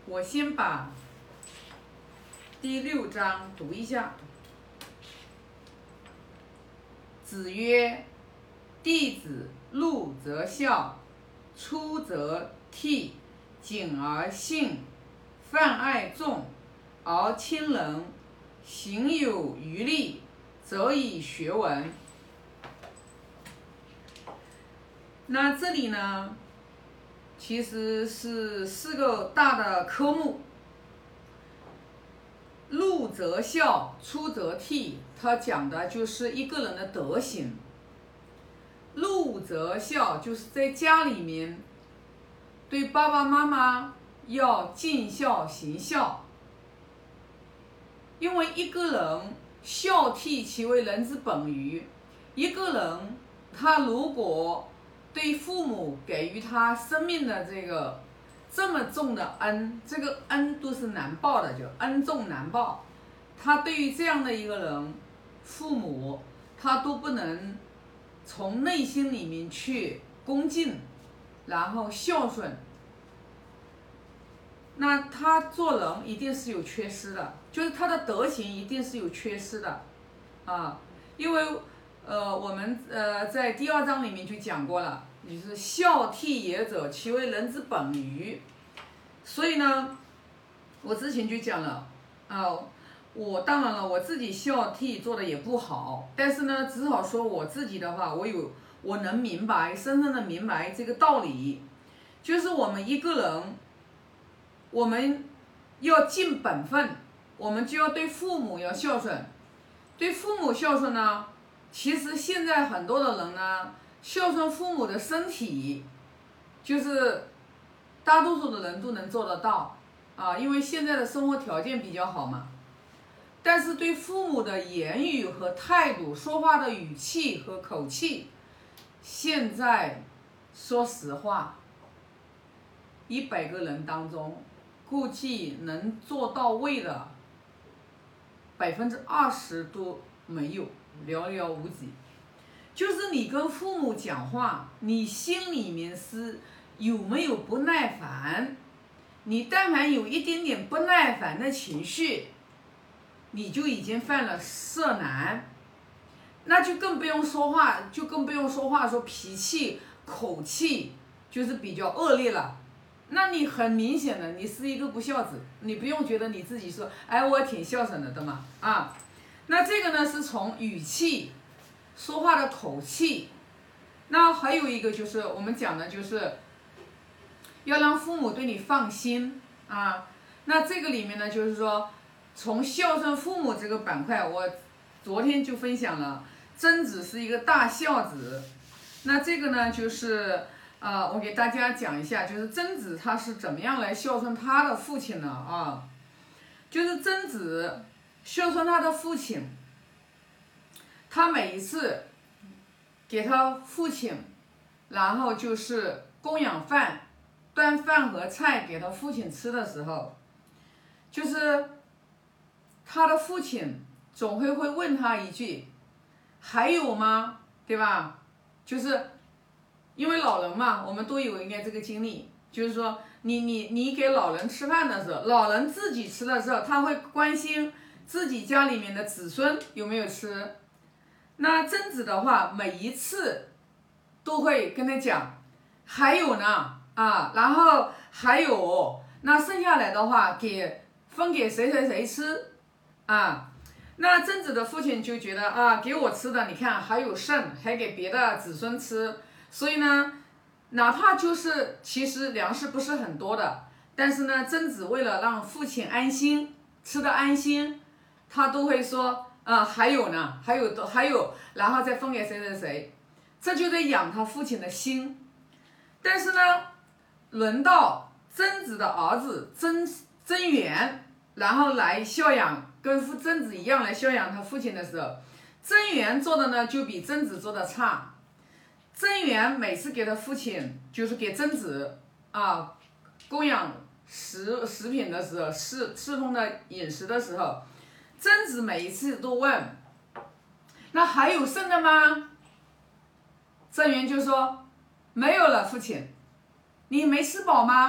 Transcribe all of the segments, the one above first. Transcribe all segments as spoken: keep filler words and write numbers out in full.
我先把第六章读一下。子曰：弟子入则孝，出则悌，谨而信，泛爱众，而亲仁，行有余力，则以学文。那这里呢，其实是四个大的科目。入则孝，出则悌，它讲的就是一个人的德行。入则孝，就是在家里面对爸爸妈妈要尽孝行孝，因为一个人孝悌其为人之本于，一个人他如果对父母给予他生命的这个这么重的恩，这个恩都是难报的，就恩重难报。他对于这样的一个人，父母他都不能从内心里面去恭敬，然后孝顺，那他做人一定是有缺失的，就是他的德行一定是有缺失的啊。因为呃我们呃在第二章里面就讲过了，就是孝悌也者，其为人之本于。所以呢，我之前就讲了啊，我当然了，我自己孝悌做的也不好，但是呢，至少说我自己的话，我有我能明白，深深的明白这个道理，就是我们一个人，我们要尽本分，我们就要对父母要孝顺。对父母孝顺呢，其实现在很多的人呢，孝顺父母的身体，就是大多数的人都能做得到啊，因为现在的生活条件比较好嘛。但是对父母的言语和态度，说话的语气和口气，现在说实话，一百个人当中，估计能做到位的百分之二十都没有，寥寥无几。就是你跟父母讲话，你心里面是有没有不耐烦？你但凡有一点点不耐烦的情绪，你就已经犯了色难，那就更不用说话，就更不用说话说脾气口气就是比较恶劣了。那你很明显的，你是一个不孝子，你不用觉得你自己说，哎，我挺孝顺的，对吗？啊，那这个呢是从语气、说话的口气，那还有一个就是我们讲的就是要让父母对你放心啊。那这个里面呢，就是说从孝顺父母这个板块，我昨天就分享了，曾子是一个大孝子。那这个呢，就是呃，我给大家讲一下，就是曾子他是怎么样来孝顺他的父亲的啊？就是曾子孝顺他的父亲，他每一次给他父亲，然后就是供养饭，端饭和菜给他父亲吃的时候，就是他的父亲总会会问他一句，还有吗？对吧？就是因为老人嘛，我们都有应该这个经历，就是说你你你给老人吃饭的时候，老人自己吃的时候，他会关心自己家里面的子孙有没有吃。那曾子的话，每一次都会跟他讲，还有呢啊，然后还有，那剩下来的话给分给谁谁谁吃啊。那曾子的父亲就觉得啊，给我吃的，你看还有剩，还给别的子孙吃，所以呢，哪怕就是其实粮食不是很多的，但是呢，曾子为了让父亲安心，吃的安心，他都会说啊，还有呢，还有还有，然后再分给谁谁谁，这就在养他父亲的心。但是呢，轮到曾子的儿子曾曾源，然后来孝养，跟父曾子一样来孝养他父亲的时候，曾源做的呢就比曾子做的差。曾源每次给他父亲，就是给曾子啊供养食食品的时候，侍侍奉的饮食的时候，曾子每一次都问，那还有剩的吗？曾源就说没有了，父亲，你没吃饱吗？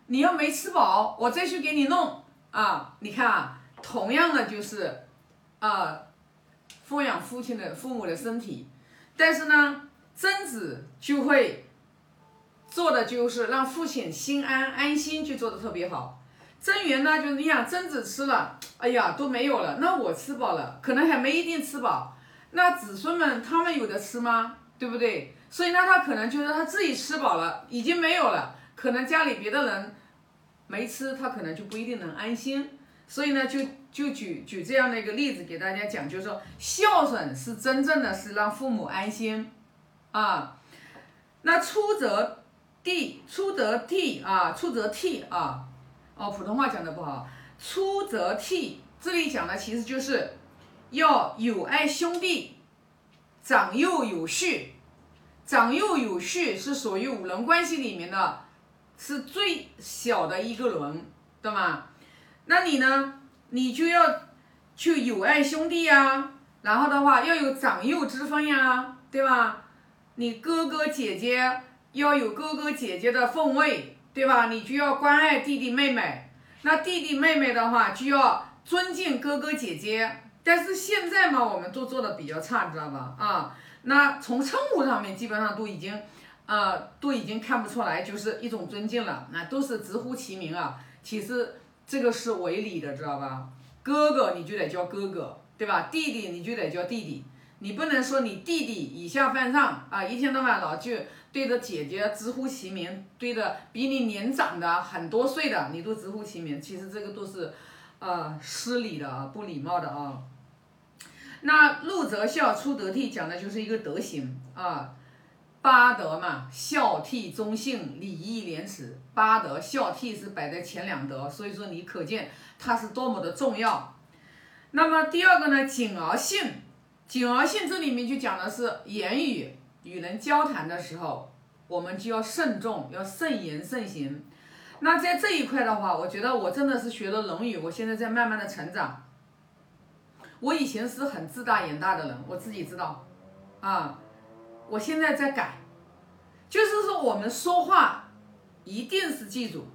你要没吃饱，我再去给你弄啊。你看啊，同样的就是啊，抚养父亲的父母的身体，但是呢，曾子就会做的就是让父亲心安安心，就做的特别好。曾源呢，就是你想曾子吃了，哎呀都没有了，那我吃饱了，可能还没一定吃饱，那子孙们他们有的吃吗？对不对？所以呢，他可能觉得他自己吃饱了，已经没有了，可能家里别的人没吃，他可能就不一定能安心。所以呢，就就举举这样的一个例子给大家讲，就是说孝顺是真正的是让父母安心啊。那出则弟，出则悌啊，出则悌啊。哦，普通话讲的不好，出则悌，这里讲的其实就是要友爱兄弟，长幼有序。长幼有序是属于五伦关系里面的，是最小的一个伦，对吗？那你呢？你就要去友爱兄弟呀，然后的话要有长幼之分呀，对吧？你哥哥姐姐要有哥哥姐姐的奉位，对吧？你就要关爱弟弟妹妹，那弟弟妹妹的话就要尊敬哥哥姐姐。但是现在嘛，我们都做的比较差，知道吧？啊，那从称呼上面基本上都已经，呃，都已经看不出来就是一种尊敬了，那都是直呼其名啊。其实这个是违礼的，知道吧？哥哥你就得叫哥哥，对吧？弟弟你就得叫弟弟，你不能说你弟弟以下犯上啊，一天到晚老就对着姐姐直呼其名，对着比你年长的很多岁的你都直呼其名，其实这个都是，呃，失礼的啊，不礼貌的啊。那入则孝，出则悌，讲的就是一个德行啊。八德嘛，孝悌忠信礼义廉耻，八德孝悌是摆在前两德，所以说你可见它是多么的重要。那么第二个呢，谨而信，谨而信这里面就讲的是言语与人交谈的时候，我们就要慎重，要慎言慎行。那在这一块的话，我觉得我真的是学了《论语》，我现在在慢慢的成长。我以前是很自大眼大的人，我自己知道啊。我现在在改，就是说我们说话一定是记住，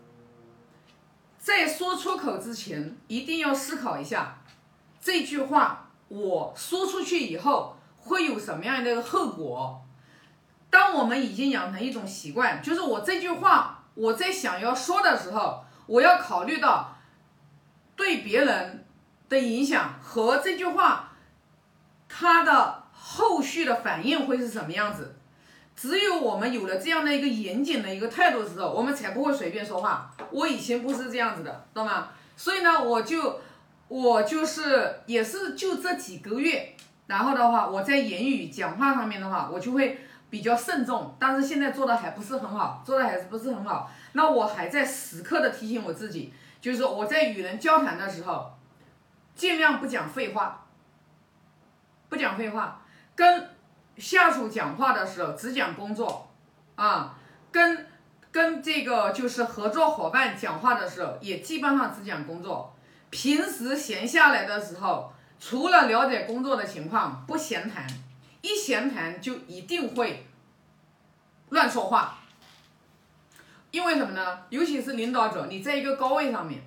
在说出口之前一定要思考一下，这句话我说出去以后会有什么样的后果。当我们已经养成一种习惯，就是我这句话我在想要说的时候，我要考虑到对别人的影响和这句话它的后续的反应会是什么样子。只有我们有了这样的一个严谨的一个态度的时候，我们才不会随便说话。我以前不是这样子的，懂吗？所以呢，我就我就是也是就这几个月，然后的话我在言语讲话上面的话，我就会比较慎重，但是现在做的还不是很好，做的还是不是很好。那我还在时刻的提醒我自己，就是说我在与人交谈的时候，尽量不讲废话，不讲废话，跟下属讲话的时候只讲工作啊，跟跟这个就是合作伙伴讲话的时候也基本上只讲工作。平时闲下来的时候，除了了解工作的情况，不闲谈，一闲谈就一定会乱说话。因为什么呢？尤其是领导者，你在一个高位上面，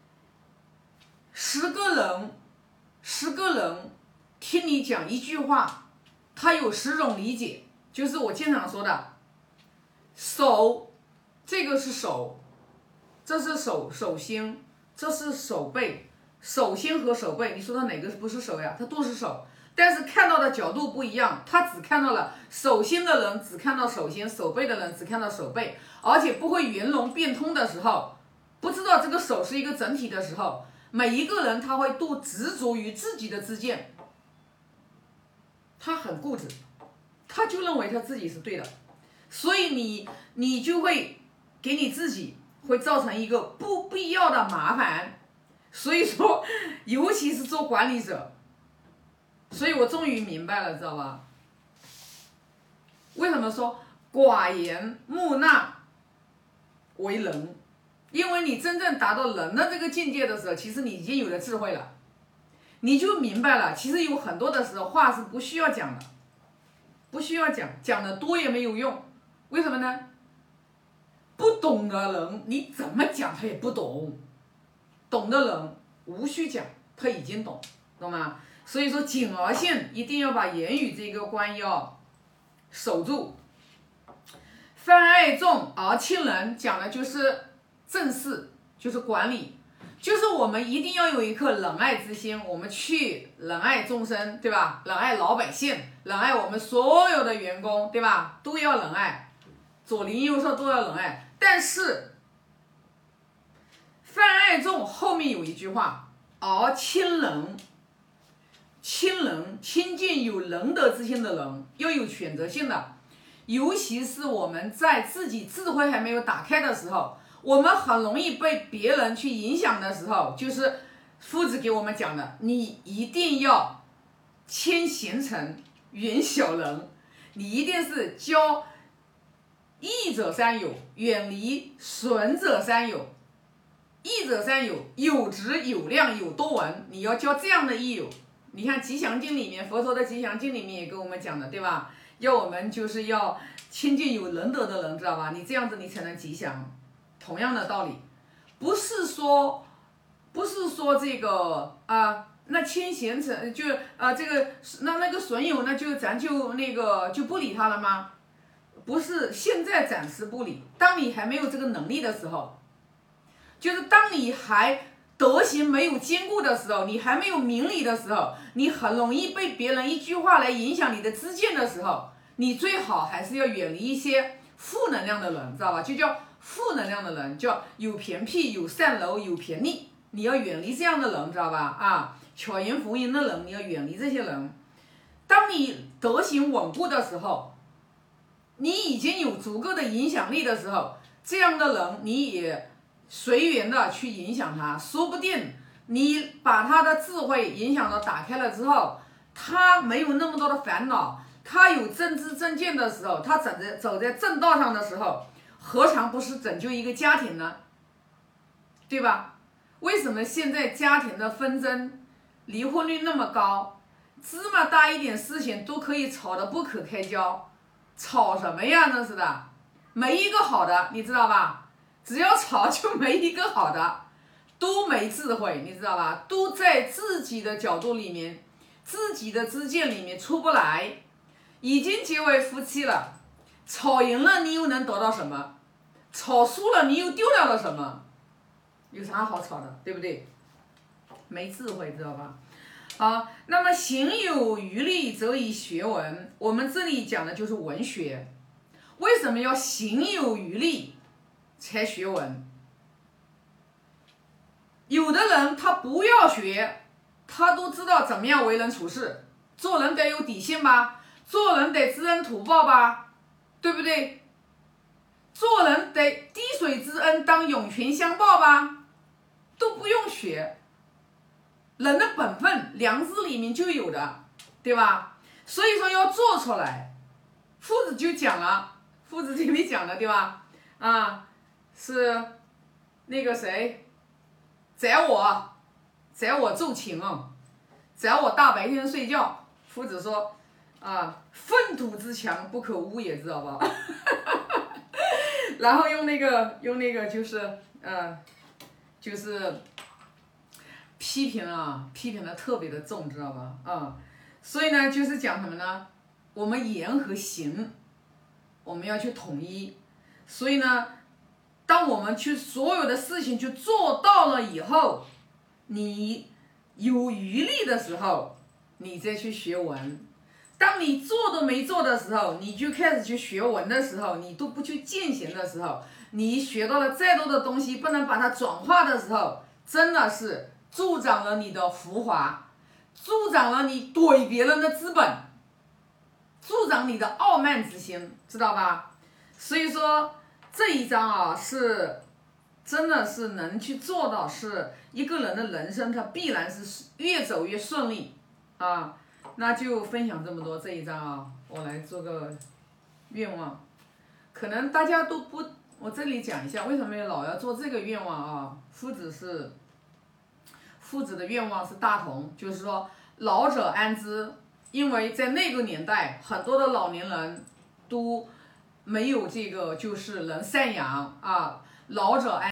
十个人，十个人听你讲一句话，他有十种理解。就是我经常说的，手，这个是手，这是手手心，这是手背，手心和手背，你说它哪个不是手呀？它都是手，但是看到的角度不一样，他只看到了手心的人只看到手心，手背的人只看到手背，而且不会圆融变通的时候，不知道这个手是一个整体的时候，每一个人他会都执着于自己的知见，他很固执，他就认为他自己是对的，所以你你就会给你自己会造成一个不必要的麻烦。所以说尤其是做管理者，所以我终于明白了，知道吧？为什么说寡言木讷为人？因为你真正达到人的这个境界的时候，其实你已经有了智慧了，你就明白了，其实有很多的时候话是不需要讲的，不需要讲，讲的多也没有用。为什么呢？不不懂的人，你怎么讲他也不懂；懂的人无需讲，他已经懂，懂吗？所以说谨而信，一定要把言语这个关要守住。泛爱众而亲仁，讲的就是正事，就是管理，就是我们一定要有一颗仁爱之心，我们去仁爱众生，对吧？仁爱老百姓，仁爱我们所有的员工，对吧？都要仁爱，左邻右舍都要仁爱。但是泛爱众后面有一句话，而亲仁。亲人，亲近有仁德之心的人，要有选择性的，尤其是我们在自己智慧还没有打开的时候，我们很容易被别人去影响的时候，就是夫子给我们讲的，你一定要谦贤臣，远小人，你一定是教益者三友，远离损者三友。益者三友，有质有量有多闻，你要教这样的益友。你看《吉祥经》里面，佛陀的《吉祥经》里面也跟我们讲的，对吧？要我们就是要亲近有仁德的人，知道吧？你这样子你才能吉祥。同样的道理，不是说，不是说这个啊，那谦贤臣就啊这个那那个损友，那就咱就那个就不理他了吗？不是，现在暂时不理。当你还没有这个能力的时候，就是当你还德行没有坚固的时候，你还没有明理的时候，你很容易被别人一句话来影响你的知见的时候，你最好还是要远离一些负能量的人，知道吧？就叫负能量的人，叫有偏僻、有善柔、有偏逆，你要远离这样的人，知道吧？啊，巧言逢迎的人，你要远离这些人。当你德行稳固的时候，你已经有足够的影响力的时候，这样的人你也随缘的去影响他，说不定你把他的智慧影响到打开了之后，他没有那么多的烦恼，他有正知正见的时候，他走在走在正道上的时候，何尝不是拯救一个家庭呢？对吧？为什么现在家庭的纷争、离婚率那么高？芝麻大一点事情都可以吵得不可开交，吵什么呀？那是的，没一个好的，你知道吧？只要吵就没一个好的，都没智慧，你知道吧？都在自己的角度里面，自己的知见里面出不来。已经结为夫妻了，吵赢了你又能得到什么？吵输了你又丢掉了什么？有啥好吵的，对不对？没智慧，知道吧？好，那么行有余力则以学文，我们这里讲的就是文学。为什么要行有余力才学文？有的人他不要学，他都知道怎么样为人处事，做人得有底线吧，做人得知恩图报吧，对不对？做人得滴水之恩当涌泉相报吧，都不用学，人的本分良知里面就有的，对吧？所以说要做出来。夫子就讲了，夫子这里讲的，对吧？啊，是那个谁宰我宰我奏琴啊，宰我大白天睡觉。夫子说啊，粪土之墙不可污也，知道吧？然后用那个用那个就是呃就是批评啊，批评的特别的重，知道吧？啊，所以呢就是讲什么呢？我们言和行我们要去统一。所以呢当我们去所有的事情去做到了以后，你有余力的时候你再去学文。当你做都没做的时候，你就开始去学文的时候，你都不去践行的时候，你学到了再多的东西不能把它转化的时候，真的是助长了你的浮华，助长了你怼别人的资本，助长你的傲慢之心，知道吧？所以说这一章啊，是真的是能去做到，是一个人的人生他必然是越走越顺利啊。那就分享这么多，这一章啊，我来做个愿望。可能大家都不，我这里讲一下为什么老要做这个愿望啊。夫子是夫子的愿望是大同，就是说老者安之。因为在那个年代，很多的老年人都没有这个就是能赡养啊，老者安。